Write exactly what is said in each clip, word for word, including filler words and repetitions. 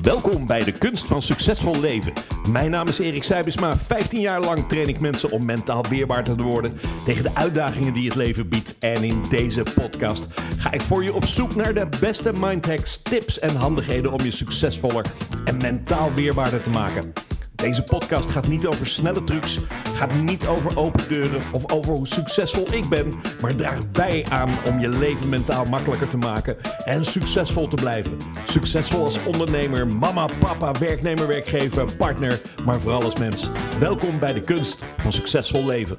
Welkom bij de Kunst van Succesvol Leven. Mijn naam is Erik Sijbesma. vijftien jaar lang train ik mensen om mentaal weerbaar te worden tegen de uitdagingen die het leven biedt. En in deze podcast ga ik voor je op zoek naar de beste mindhacks, tips en handigheden om je succesvoller en mentaal weerbaarder te maken. Deze podcast gaat niet over snelle trucs, gaat niet over open deuren of over hoe succesvol ik ben, maar draagt bij aan om je leven mentaal makkelijker te maken en succesvol te blijven. Succesvol als ondernemer, mama, papa, werknemer, werkgever, partner, maar vooral als mens. Welkom bij de Kunst van Succesvol Leven.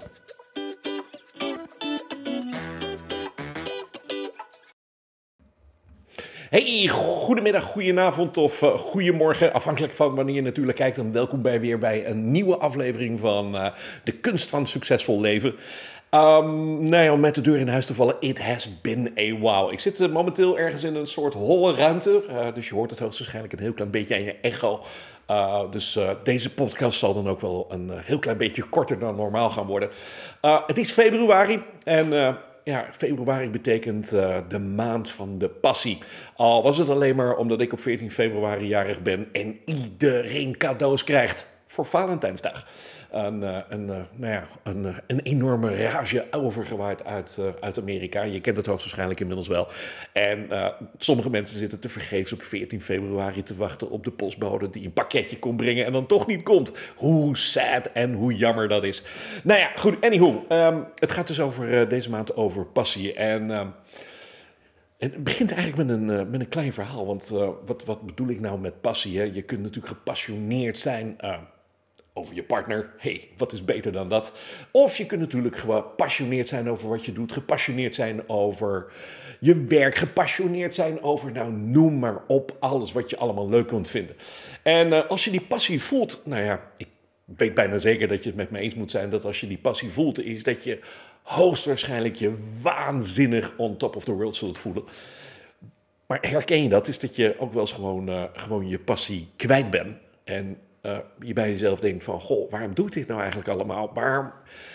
Hey, goedemiddag, goedenavond of uh, goedemorgen, afhankelijk van wanneer je natuurlijk kijkt. En welkom bij weer bij een nieuwe aflevering van uh, de Kunst van Succesvol Leven. Um, nou ja, om met de deur in huis te vallen, it has been a while. Ik zit uh, momenteel ergens in een soort holle ruimte, uh, dus je hoort het hoogstwaarschijnlijk een heel klein beetje aan je echo. Uh, dus uh, deze podcast zal dan ook wel een uh, heel klein beetje korter dan normaal gaan worden. Uh, het is februari en... Uh, Ja, februari betekent uh, de maand van de passie. Al was het alleen maar omdat ik op veertien februari jarig ben en iedereen cadeaus krijgt voor Valentijnsdag. Een, uh, een, uh, nou ja, een, uh, een enorme rage overgewaaid uit, uh, uit Amerika. Je kent het hoogstwaarschijnlijk inmiddels wel. En uh, sommige mensen zitten tevergeefs op veertien februari te wachten op de postbode die een pakketje komt brengen en dan toch niet komt. Hoe sad en hoe jammer dat is. Nou ja, goed, anywho. Um, het gaat dus over uh, deze maand over passie. En... Um, Het begint eigenlijk met een, uh, met een klein verhaal, want uh, wat, wat bedoel ik nou met passie? Hè? Je kunt natuurlijk gepassioneerd zijn uh, over je partner. Hey, wat is beter dan dat? Of je kunt natuurlijk gepassioneerd zijn over wat je doet, gepassioneerd zijn over je werk, gepassioneerd zijn over, nou noem maar op, alles wat je allemaal leuk kunt vinden. En uh, als je die passie voelt, nou ja, ik weet bijna zeker dat je het met me eens moet zijn dat als je die passie voelt, is dat je hoogstwaarschijnlijk je waanzinnig on top of the world zult voelen. Maar herken je dat? Is dat je ook wel eens gewoon, uh, gewoon je passie kwijt bent. En uh, je bij jezelf denkt van, goh, waarom doe ik dit nou eigenlijk allemaal? Waarom,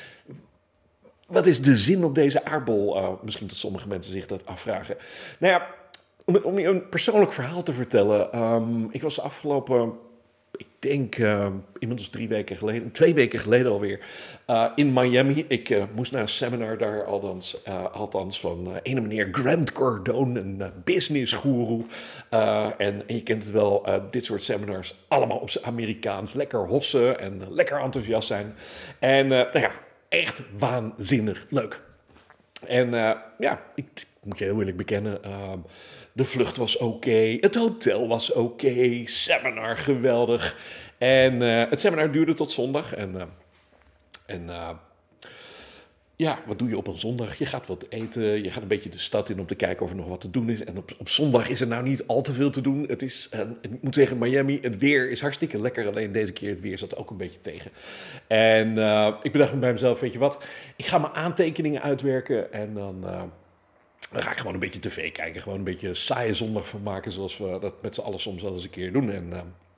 wat is de zin op deze aardbol? Uh, misschien dat sommige mensen zich dat afvragen. Nou ja, om, om je een persoonlijk verhaal te vertellen. Um, ik was de afgelopen... Ik denk uh, inmiddels drie weken geleden, twee weken geleden alweer, uh, in Miami. Ik uh, moest naar een seminar daar, althans, uh, althans van uh, ene meneer Grant Cardone, een uh, business guru. Uh, en, en je kent het wel, uh, dit soort seminars, allemaal op z'n Amerikaans. Lekker hossen en uh, lekker enthousiast zijn. En uh, nou ja, echt waanzinnig leuk. En uh, ja, ik, ik moet je heel eerlijk bekennen... Uh, De vlucht was oké, okay, het hotel was oké, okay, seminar geweldig. En uh, het seminar duurde tot zondag. En, uh, en uh, ja, wat doe je op een zondag? Je gaat wat eten, je gaat een beetje de stad in om te kijken of er nog wat te doen is. En op, op zondag is er nou niet al te veel te doen. Het is, uh, ik moet zeggen, Miami, het weer is hartstikke lekker. Alleen deze keer het weer zat ook een beetje tegen. En uh, ik bedacht bij mezelf, weet je wat, ik ga mijn aantekeningen uitwerken en dan... Uh, Dan ga ik gewoon een beetje tv kijken. Gewoon een beetje saaie zondag van maken. Zoals we dat met z'n allen soms wel eens een keer doen. En uh,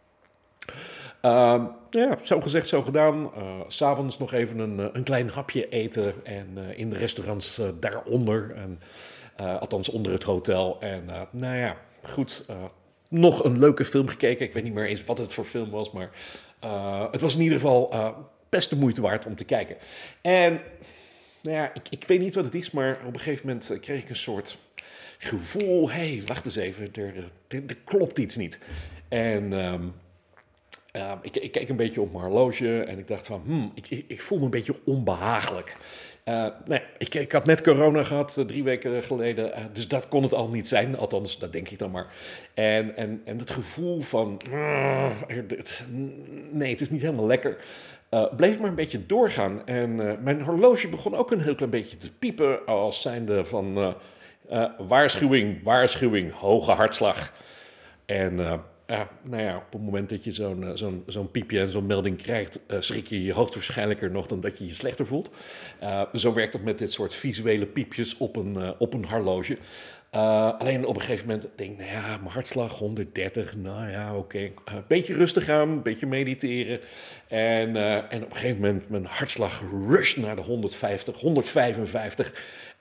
uh, ja, zo gezegd, zo gedaan. Uh, 's avonds nog even een, een klein hapje eten. En uh, in de restaurants uh, daaronder. En, uh, althans onder het hotel. En uh, nou ja, goed. Uh, nog een leuke film gekeken. Ik weet niet meer eens wat het voor film was. Maar uh, het was in ieder geval uh, best de moeite waard om te kijken. En... Nou ja, ik, ik weet niet wat het is, maar op een gegeven moment kreeg ik een soort gevoel... Hé, hey, wacht eens even, er, er, er klopt iets niet. En um, uh, ik, ik keek een beetje op mijn horloge en ik dacht van... Hmm, ik, ik, ik voel me een beetje onbehagelijk. Uh, nee, ik, ik had net corona gehad, uh, drie weken geleden, uh, dus dat kon het al niet zijn. Althans, dat denk ik dan maar. En, en, en het gevoel van... Uh, nee, het is niet helemaal lekker... Uh, bleef maar een beetje doorgaan. En uh, mijn horloge begon ook een heel klein beetje te piepen... als zijnde van uh, uh, waarschuwing, waarschuwing, hoge hartslag. En uh, uh, nou ja, op het moment dat je zo'n, uh, zo'n, zo'n piepje en zo'n melding krijgt... Uh, schrik je je hoogstwaarschijnlijker nog dan dat je je slechter voelt. Uh, zo werkt het met dit soort visuele piepjes op een, uh, op een horloge... Uh, alleen op een gegeven moment denk ik, nou ja, mijn hartslag honderddertig, nou ja, oké. Okay. Een uh, beetje rustig aan, een beetje mediteren. En, uh, en op een gegeven moment mijn hartslag rusht naar de honderdvijftig, honderdvijfenvijftig.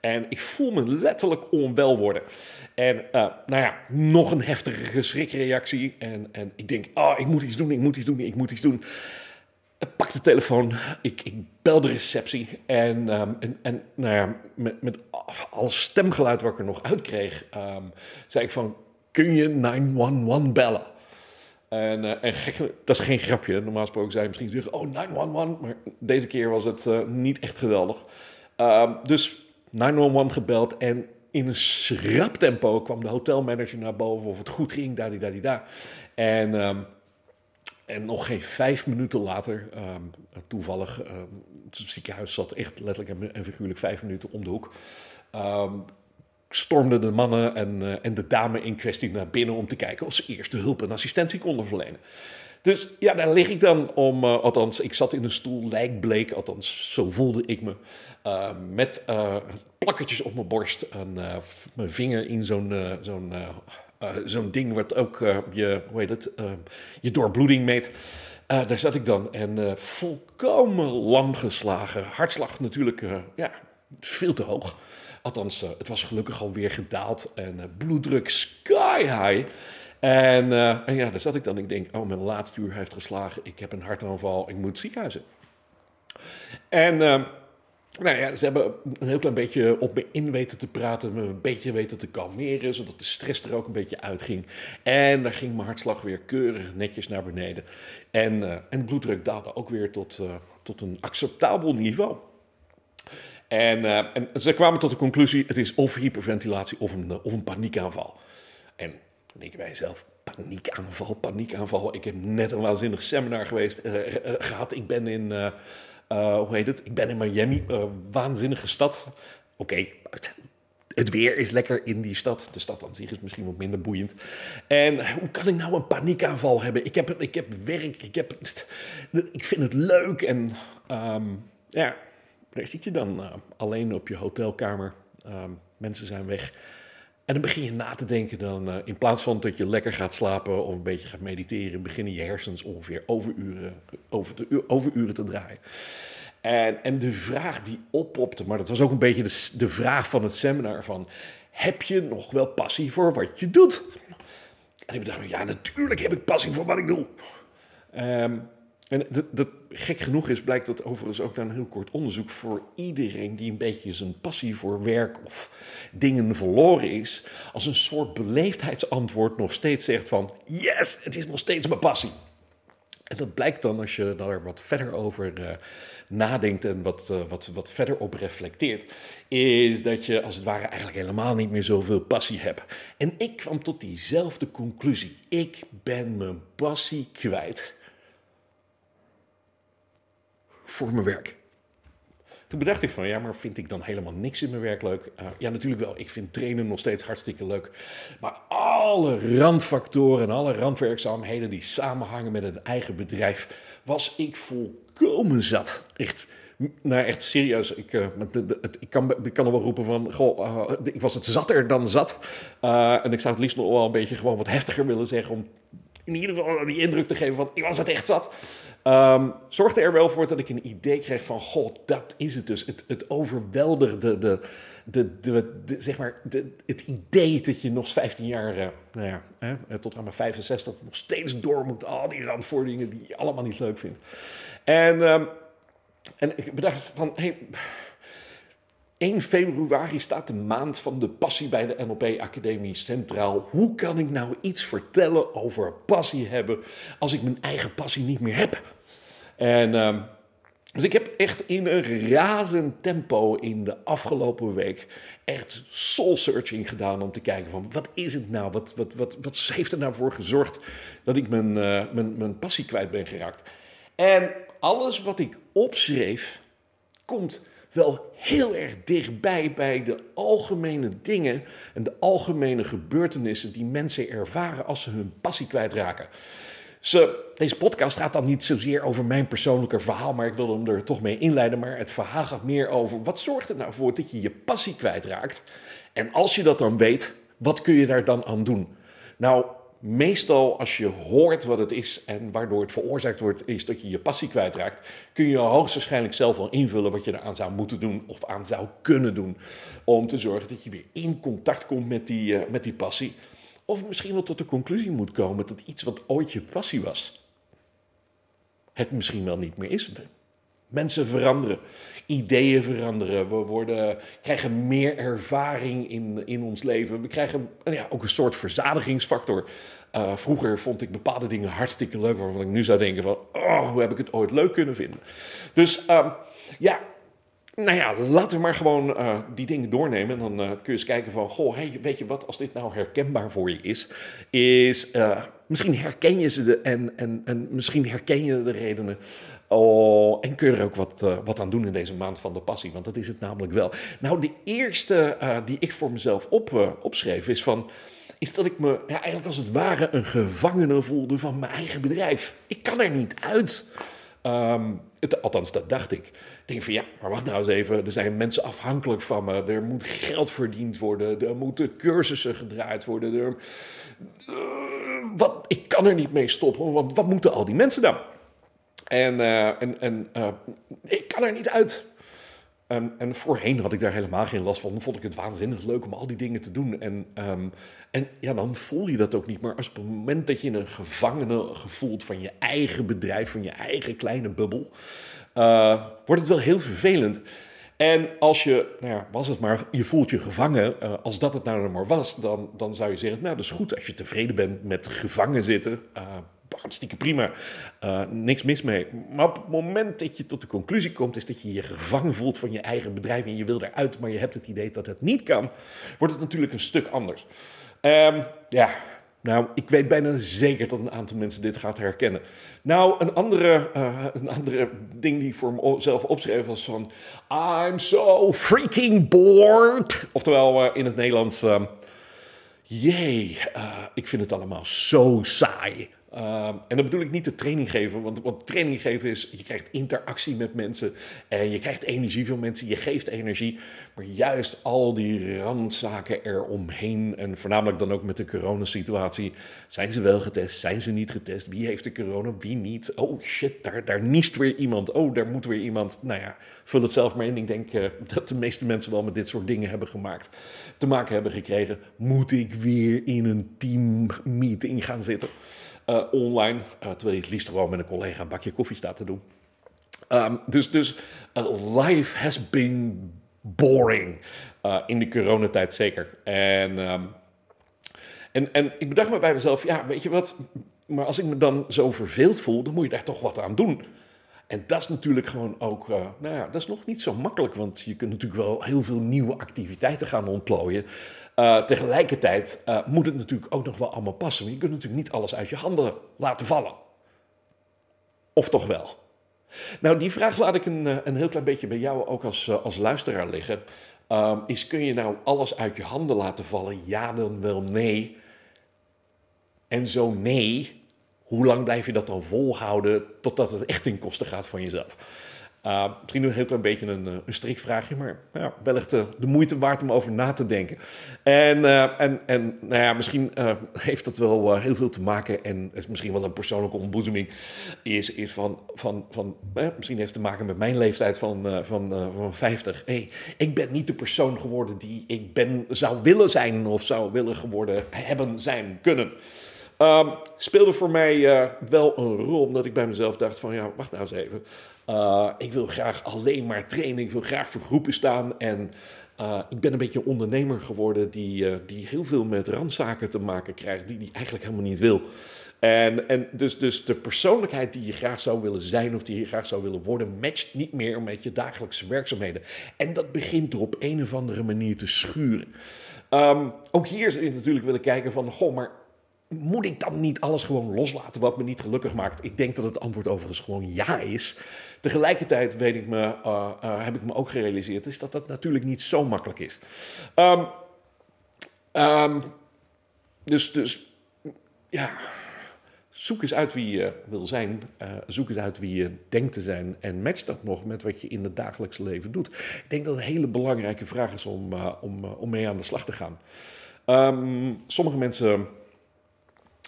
En ik voel me letterlijk onwel worden. En uh, nou ja, nog een heftige schrikreactie. En, en ik denk, oh, ik moet iets doen, ik moet iets doen, ik moet iets doen. Ik pak de telefoon, ik, ik bel de receptie. En, um, en, en nou ja, met, met al stemgeluid wat ik er nog uitkreeg, um, zei ik van, kun je negen een een bellen? En, uh, en gek, dat is geen grapje. Normaal gesproken zou je misschien zeggen, oh, negen een een. Maar deze keer was het uh, niet echt geweldig. Um, dus negen een een gebeld en in een schrap tempo kwam de hotelmanager naar boven of het goed ging, da-di-da-di-da. En, um, en nog geen vijf minuten later, um, toevallig, um, het ziekenhuis zat echt letterlijk en figuurlijk vijf minuten om de hoek, um, stormden de mannen en, uh, en de dame in kwestie naar binnen om te kijken of ze eerste hulp en assistentie konden verlenen. Dus ja, daar lig ik dan om, uh, althans, ik zat in een stoel, lijkbleek, althans, zo voelde ik me. Uh, met uh, plakketjes op mijn borst en uh, mijn vinger in zo'n, uh, zo'n, uh, uh, zo'n ding wat ook uh, je, hoe heet het, uh, je doorbloeding meet. Uh, daar zat ik dan en uh, volkomen lam geslagen. Hartslag natuurlijk, uh, ja, veel te hoog. Althans, uh, het was gelukkig alweer gedaald en uh, bloeddruk sky high. En, uh, en ja, daar zat ik dan. Ik denk, oh, mijn laatste uur heeft geslagen. Ik heb een hartaanval. Ik moet ziekenhuis in. En uh, nou ja, ze hebben een heel klein beetje op me in weten te praten. Me een beetje weten te kalmeren. Zodat de stress er ook een beetje uitging. En daar ging mijn hartslag weer keurig netjes naar beneden. En, uh, en de bloeddruk daalde ook weer tot, uh, tot een acceptabel niveau. En, uh, en ze kwamen tot de conclusie, het is of hyperventilatie of een, uh, of een paniekaanval. En dan denk je bij jezelf, paniekaanval, paniekaanval. Ik heb net een waanzinnig seminar geweest, uh, uh, gehad. Ik ben in, uh, uh, hoe heet het? Ik ben in Miami, uh, waanzinnige stad. Oké, okay, het weer is lekker in die stad. De stad aan zich is misschien wat minder boeiend. En hoe kan ik nou een paniekaanval hebben? Ik heb, ik heb werk, ik, heb, ik vind het leuk. En um, ja, daar zit je dan uh, alleen op je hotelkamer. Um, mensen zijn weg. En dan begin je na te denken dan, uh, in plaats van dat je lekker gaat slapen of een beetje gaat mediteren, beginnen je hersens ongeveer overuren, over te, overuren te draaien. En, en de vraag die oppopte, maar dat was ook een beetje de, de vraag van het seminar van, heb je nog wel passie voor wat je doet? En ik dacht, ja, natuurlijk heb ik passie voor wat ik doe. Um, En dat, dat, gek genoeg is, blijkt dat overigens ook na een heel kort onderzoek voor iedereen die een beetje zijn passie voor werk of dingen verloren is, als een soort beleefdheidsantwoord nog steeds zegt van, yes, het is nog steeds mijn passie. En dat blijkt dan als je daar wat verder over uh, nadenkt en wat, uh, wat, wat verder op reflecteert, is dat je als het ware eigenlijk helemaal niet meer zoveel passie hebt. En ik kwam tot diezelfde conclusie. Ik ben mijn passie kwijt voor mijn werk. Toen bedacht ik van, ja, maar vind ik dan helemaal niks in mijn werk leuk? Uh, ja, natuurlijk wel. Ik vind trainen nog steeds hartstikke leuk. Maar alle randfactoren en alle randwerkzaamheden die samenhangen met een eigen bedrijf, was ik volkomen zat. Echt, nou echt serieus. Ik, uh, ik, kan, ik kan er wel roepen van, goh, uh, ik was het zatter dan zat. Uh, en ik zou het liefst nog wel een beetje gewoon wat heftiger willen zeggen om in ieder geval die indruk te geven van, ik was het echt zat. Um, zorgde er wel voor dat ik een idee kreeg van, god, dat is het dus. Het, het overweldigde, de, de, de, de, zeg maar, de, het idee dat je nog vijftien jaar, uh, nou ja, hè, tot aan mijn vijfenzestig nog steeds door moet. Al die randvoordelingen die je allemaal niet leuk vindt. En, um, en ik bedacht van, hey, één februari staat de maand van de passie bij de N L P Academie centraal. Hoe kan ik nou iets vertellen over passie hebben als ik mijn eigen passie niet meer heb? En uh, dus ik heb echt in een razend tempo in de afgelopen week echt soul searching gedaan om te kijken van, wat is het nou? Wat, wat, wat, wat heeft er nou voor gezorgd dat ik mijn, uh, mijn, mijn passie kwijt ben geraakt? En alles wat ik opschreef komt wel heel erg dichtbij bij de algemene dingen en de algemene gebeurtenissen die mensen ervaren als ze hun passie kwijtraken. Ze, deze podcast gaat dan niet zozeer over mijn persoonlijke verhaal, maar ik wil hem er toch mee inleiden. Maar het verhaal gaat meer over, wat zorgt er nou voor dat je je passie kwijtraakt? En als je dat dan weet, wat kun je daar dan aan doen? Nou, meestal als je hoort wat het is en waardoor het veroorzaakt wordt, is dat je je passie kwijtraakt, kun je hoogstwaarschijnlijk zelf wel invullen wat je eraan zou moeten doen of aan zou kunnen doen. Om te zorgen dat je weer in contact komt met die, uh, met die passie. Of misschien wel tot de conclusie moet komen dat iets wat ooit je passie was, het misschien wel niet meer is. Mensen veranderen, ideeën veranderen, we worden, krijgen meer ervaring in, in ons leven. We krijgen ja, ook een soort verzadigingsfactor. Uh, vroeger vond ik bepaalde dingen hartstikke leuk, waarvan ik nu zou denken van, oh, hoe heb ik het ooit leuk kunnen vinden? Dus um, ja, nou ja, laten we maar gewoon uh, die dingen doornemen. En dan uh, kun je eens kijken van, goh, hey, weet je wat, als dit nou herkenbaar voor je is, is uh, misschien herken je ze de, en, en, en misschien herken je de redenen. Oh, en kun je er ook wat, uh, wat aan doen in deze maand van de passie, want dat is het namelijk wel. Nou, de eerste uh, die ik voor mezelf op, uh, opschreef is van, is dat ik me ja, eigenlijk als het ware een gevangene voelde van mijn eigen bedrijf. Ik kan er niet uit. Um, het, althans, dat dacht ik. Ik denk van ja, maar wacht nou eens even. Er zijn mensen afhankelijk van me. Er moet geld verdiend worden. Er moeten cursussen gedraaid worden. Er, uh, wat, ik kan er niet mee stoppen, want wat moeten al die mensen dan? En, uh, en, en uh, ik kan er niet uit. Um, en voorheen had ik daar helemaal geen last van. Dan vond ik het waanzinnig leuk om al die dingen te doen. En, um, en ja, dan voel je dat ook niet. Maar als op het moment dat je een gevangene gevoelt van je eigen bedrijf, van je eigen kleine bubbel, uh, wordt het wel heel vervelend. En als je, nou ja, was het maar, je voelt je gevangen, uh, als dat het nou maar was, dan, dan zou je zeggen, nou dat is goed als je tevreden bent met gevangen zitten. Uh, Hartstikke prima, uh, niks mis mee. Maar op het moment dat je tot de conclusie komt, is dat je je gevangen voelt van je eigen bedrijf en je wil eruit, maar je hebt het idee dat het niet kan, wordt het natuurlijk een stuk anders. Um, ja, nou, ik weet bijna zeker dat een aantal mensen dit gaat herkennen. Nou, een andere, uh, een andere ding die ik voor mezelf opschreef was van, I'm so freaking bored. Oftewel uh, in het Nederlands, uh, jee, uh, ik vind het allemaal zo saai. Uh, en dan bedoel ik niet de training geven, want wat training geven is, je krijgt interactie met mensen en je krijgt energie van mensen, je geeft energie, maar juist al die randzaken eromheen en voornamelijk dan ook met de coronasituatie, zijn ze wel getest, zijn ze niet getest, wie heeft de corona, wie niet, oh shit, daar, daar niest weer iemand, oh daar moet weer iemand, nou ja, vul het zelf maar in. Ik denk uh, dat de meeste mensen wel met dit soort dingen hebben gemaakt, te maken hebben gekregen, moet ik weer in een teammeeting gaan zitten? Uh, online, uh, terwijl je het liefst gewoon met een collega een bakje koffie staat te doen. Um, dus dus uh, life has been boring. Uh, in de coronatijd zeker. En, um, en, en ik bedacht me bij mezelf, ja, weet je wat, maar als ik me dan zo verveeld voel, dan moet je daar toch wat aan doen. En dat is natuurlijk gewoon ook, uh, nou ja, dat is nog niet zo makkelijk, want je kunt natuurlijk wel heel veel nieuwe activiteiten gaan ontplooien. Uh, tegelijkertijd uh, moet het natuurlijk ook nog wel allemaal passen. Maar je kunt natuurlijk niet alles uit je handen laten vallen. Of toch wel? Nou, die vraag laat ik een, een heel klein beetje bij jou ook als, als luisteraar liggen. Uh, is, kun je nou alles uit je handen laten vallen? Ja, dan wel nee. En zo nee, hoe lang blijf je dat dan volhouden totdat het echt ten koste gaat van jezelf? Uh, misschien een heel klein beetje een, een strikvraagje, maar ja, wellicht uh, de moeite waard om over na te denken. En, uh, en, en nou ja, misschien uh, heeft dat wel uh, heel veel te maken, en het is misschien wel een persoonlijke ontboezeming, is, is van, van, van eh, misschien heeft het te maken met mijn leeftijd van, uh, van, uh, van vijftig. Hey, ik ben niet de persoon geworden die ik ben, zou willen zijn of zou willen geworden hebben, zijn, kunnen. Um, speelde voor mij uh, wel een rol, omdat ik bij mezelf dacht van, ja, wacht nou eens even. Uh, ik wil graag alleen maar trainen, ik wil graag voor groepen staan. En uh, ik ben een beetje een ondernemer geworden die, uh, die heel veel met randzaken te maken krijgt, die die eigenlijk helemaal niet wil. En, en dus, dus de persoonlijkheid die je graag zou willen zijn of die je graag zou willen worden, matcht niet meer met je dagelijkse werkzaamheden. En dat begint er op een of andere manier te schuren. Um, ook hier zou je natuurlijk willen kijken van, goh, maar moet ik dan niet alles gewoon loslaten wat me niet gelukkig maakt? Ik denk dat het antwoord overigens gewoon ja is. Tegelijkertijd weet ik me, uh, uh, heb ik me ook gerealiseerd is dat dat natuurlijk niet zo makkelijk is. Um, um, dus, dus ja, zoek eens uit wie je wil zijn. Uh, zoek eens uit wie je denkt te zijn. En match dat nog met wat je in het dagelijkse leven doet. Ik denk dat het een hele belangrijke vraag is om, uh, om, uh, om mee aan de slag te gaan. Um, sommige mensen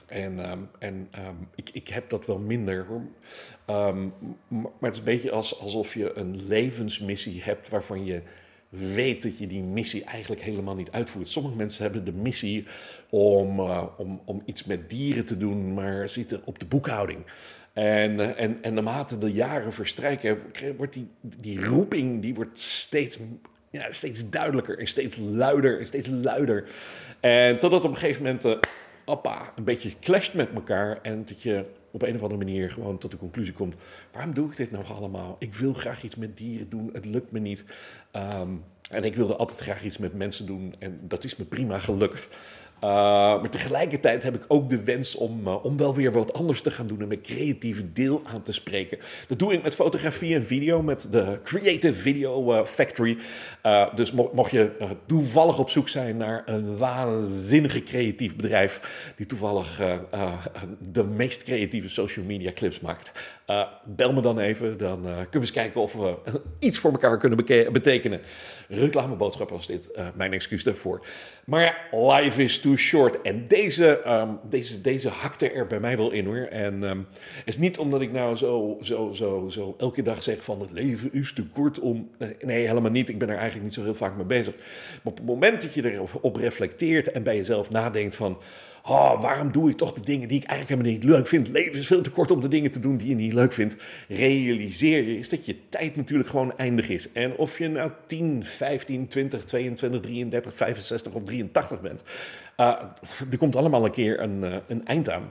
En, ehm, en ehm, ik, ik heb dat wel minder. Hoor. Ehm, m- maar het is een beetje als, alsof je een levensmissie hebt waarvan je weet dat je die missie eigenlijk helemaal niet uitvoert. Sommige mensen hebben de missie om, eh, om, om iets met dieren te doen, maar zitten op de boekhouding. En, eh, en, en naarmate de jaren verstrijken, wordt die, die roeping die wordt steeds, ja, steeds duidelijker en steeds luider en steeds luider. En totdat op een gegeven moment, uh, appa, een beetje clasht met elkaar. En dat je op een of andere manier gewoon tot de conclusie komt: waarom doe ik dit nou allemaal? Ik wil graag iets met dieren doen, het lukt me niet. Um, en ik wilde altijd graag iets met mensen doen en dat is me prima gelukt. Uh, maar tegelijkertijd heb ik ook de wens om, uh, om wel weer wat anders te gaan doen en mijn creatieve deel aan te spreken. Dat doe ik met fotografie en video, met de Creative Video uh, Factory. Uh, dus mo- mocht je uh, toevallig op zoek zijn naar een waanzinnige creatief bedrijf die toevallig uh, uh, de meest creatieve social media clips maakt, uh, bel me dan even. Dan uh, kunnen we eens kijken of we uh, iets voor elkaar kunnen beke- betekenen. Reclameboodschap was dit, uh, mijn excuus daarvoor. Maar ja, life is too short. En deze, um, deze, deze hakte er bij mij wel in hoor. En um, het is niet omdat ik nou zo, zo, zo, zo elke dag zeg van het leven is te kort om... Nee, helemaal niet. Ik ben er eigenlijk niet zo heel vaak mee bezig. Maar op het moment dat je erop reflecteert en bij jezelf nadenkt van... Oh, waarom doe ik toch de dingen die ik eigenlijk helemaal niet leuk vind? Het leven is veel te kort om de dingen te doen die je niet leuk vindt. Realiseer je is dat je tijd natuurlijk gewoon eindig is. En of je nou tien, vijftien, twintig, tweeëntwintig, drieëndertig, vijfenzestig of drieëntachtig bent. Uh, er komt allemaal een keer een, uh, een eind aan.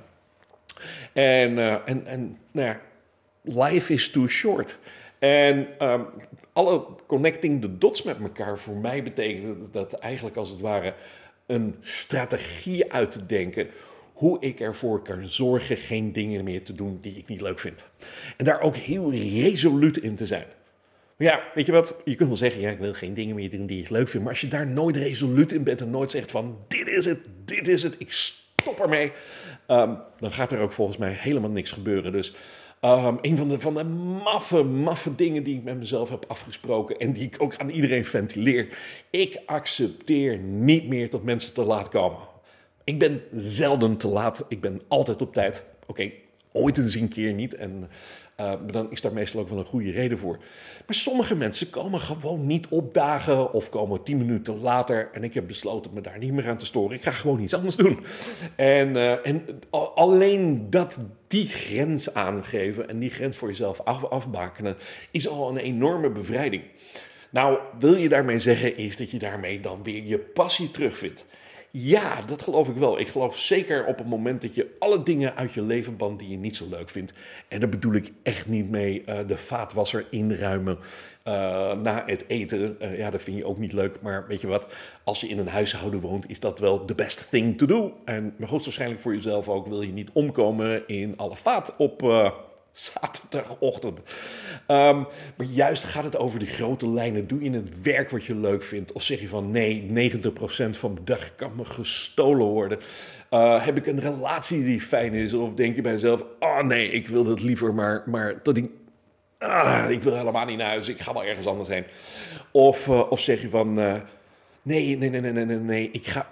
En, uh, en, en nou ja, life is too short. En um, alle connecting the dots met elkaar voor mij betekent dat eigenlijk als het ware een strategie uit te denken hoe ik ervoor kan zorgen geen dingen meer te doen die ik niet leuk vind. En daar ook heel resoluut in te zijn. Maar ja, weet je wat? Je kunt wel zeggen, ja, ik wil geen dingen meer doen die ik leuk vind. Maar als je daar nooit resoluut in bent en nooit zegt van dit is het, dit is het, ik stop ermee. Um, dan gaat er ook volgens mij helemaal niks gebeuren. Dus um, een van de, van de maffe, maffe dingen die ik met mezelf heb afgesproken en die ik ook aan iedereen ventileer. Ik accepteer niet meer tot mensen te laat komen. Ik ben zelden te laat. Ik ben altijd op tijd. Oké, okay, ooit eens een keer niet. En uh, dan is daar meestal ook wel een goede reden voor. Maar sommige mensen komen gewoon niet opdagen of komen tien minuten later. En ik heb besloten me daar niet meer aan te storen. Ik ga gewoon iets anders doen. En, uh, en alleen dat, die grens aangeven en die grens voor jezelf af, afbakenen, is al een enorme bevrijding. Nou, wil je daarmee zeggen is dat je daarmee dan weer je passie terugvindt. Ja, dat geloof ik wel. Ik geloof zeker op het moment dat je alle dingen uit je leven bant die je niet zo leuk vindt. En daar bedoel ik echt niet mee uh, de vaatwasser inruimen uh, na het eten. Uh, ja, dat vind je ook niet leuk. Maar weet je wat, als je in een huishouden woont, is dat wel the best thing to do. En hoogstwaarschijnlijk voor jezelf ook wil je niet omkomen in alle vaat op... Uh, zaterdagochtend. Um, maar juist gaat het over de grote lijnen. Doe je het werk wat je leuk vindt? Of zeg je van nee, negentig procent van mijn dag kan me gestolen worden? Uh, heb ik een relatie die fijn is? Of denk je bij jezelf, oh nee, ik wil dat liever, maar, maar dat ik... Ah, ik wil helemaal niet naar huis, ik ga wel ergens anders heen. Of, uh, of zeg je van, uh, nee, nee, nee, nee, nee, nee, nee, ik ga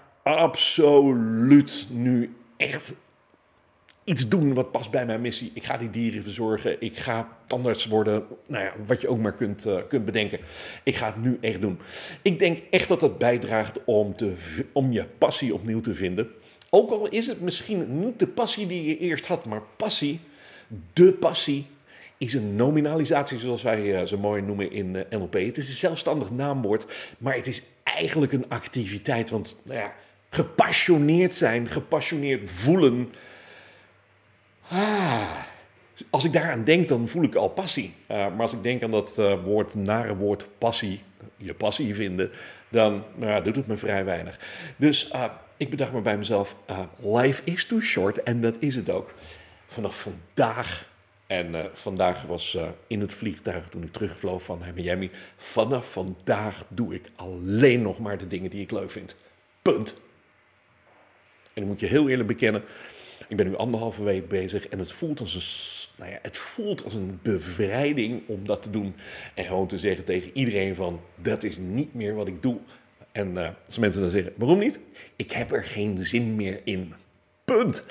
absoluut nu echt... iets doen wat past bij mijn missie. Ik ga die dieren verzorgen. Ik ga tandarts worden. Nou ja, wat je ook maar kunt, uh, kunt bedenken. Ik ga het nu echt doen. Ik denk echt dat het bijdraagt om, te, om je passie opnieuw te vinden. Ook al is het misschien niet de passie die je eerst had. Maar passie, de passie, is een nominalisatie zoals wij uh, zo mooi noemen in uh, N L P. Het is een zelfstandig naamwoord. Maar het is eigenlijk een activiteit. Want nou ja, gepassioneerd zijn, gepassioneerd voelen... Ah, als ik daaraan denk, dan voel ik al passie. Uh, maar als ik denk aan dat uh, woord, nare woord passie, je passie vinden, dan nou, doet het me vrij weinig. Dus uh, ik bedacht me bij mezelf, uh, life is too short en dat is het ook. Vanaf vandaag, en uh, vandaag was uh, in het vliegtuig toen ik terugvloog van Miami, vanaf vandaag doe ik alleen nog maar de dingen die ik leuk vind. Punt. En dan moet je heel eerlijk bekennen, ik ben nu anderhalve week bezig en het voelt als een, nou ja, het voelt als een bevrijding om dat te doen. En gewoon te zeggen tegen iedereen van, dat is niet meer wat ik doe. En uh, als mensen dan zeggen, waarom niet? Ik heb er geen zin meer in. Punt.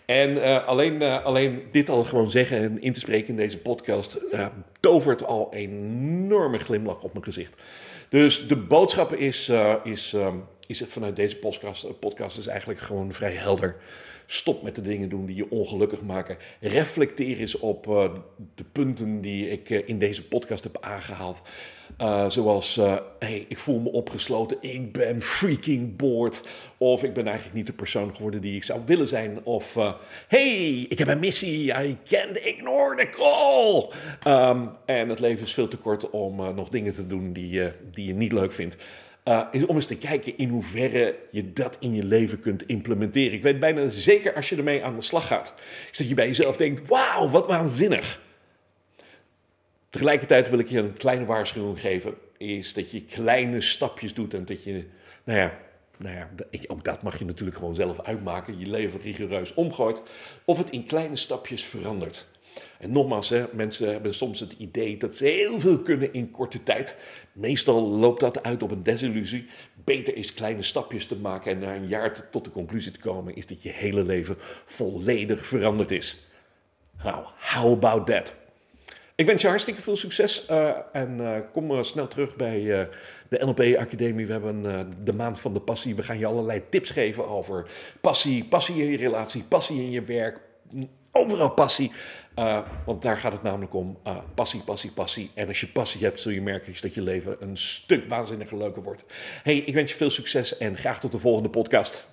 En uh, alleen, uh, alleen dit al gewoon zeggen en in te spreken in deze podcast uh, tovert al een enorme glimlach op mijn gezicht. Dus de boodschap is, uh, is, uh, is vanuit deze podcast, podcast is eigenlijk gewoon vrij helder. Stop met de dingen doen die je ongelukkig maken. Reflecteer eens op uh, de punten die ik uh, in deze podcast heb aangehaald. Uh, zoals, uh, hey, ik voel me opgesloten, ik ben freaking bored. Of ik ben eigenlijk niet de persoon geworden die ik zou willen zijn. Of, uh, hey, ik heb een missie, I can't ignore the call. Um, en het leven is veel te kort om uh, nog dingen te doen die, uh, die je niet leuk vindt. Uh, is om eens te kijken in hoeverre je dat in je leven kunt implementeren. Ik weet bijna zeker als je ermee aan de slag gaat, is dat je bij jezelf denkt, wauw, wat waanzinnig. Tegelijkertijd wil ik je een kleine waarschuwing geven, is dat je kleine stapjes doet en dat je, nou ja, nou ja, ook dat mag je natuurlijk gewoon zelf uitmaken, je leven rigoureus omgooit, of het in kleine stapjes verandert. En nogmaals, hè, mensen hebben soms het idee dat ze heel veel kunnen in korte tijd. Meestal loopt dat uit op een desillusie. Beter is kleine stapjes te maken en na een jaar tot de conclusie te komen is dat je hele leven volledig veranderd is. Nou, how about that? Ik wens je hartstikke veel succes uh, en uh, kom uh, snel terug bij uh, de N L P Academie. We hebben uh, de maand van de passie. We gaan je allerlei tips geven over passie, passie in je relatie, passie in je werk. Overal passie, uh, want daar gaat het namelijk om. Uh, passie, passie, passie. En als je passie hebt, zul je merken dat je leven een stuk waanzinniger leuker wordt. Hey, ik wens je veel succes en graag tot de volgende podcast.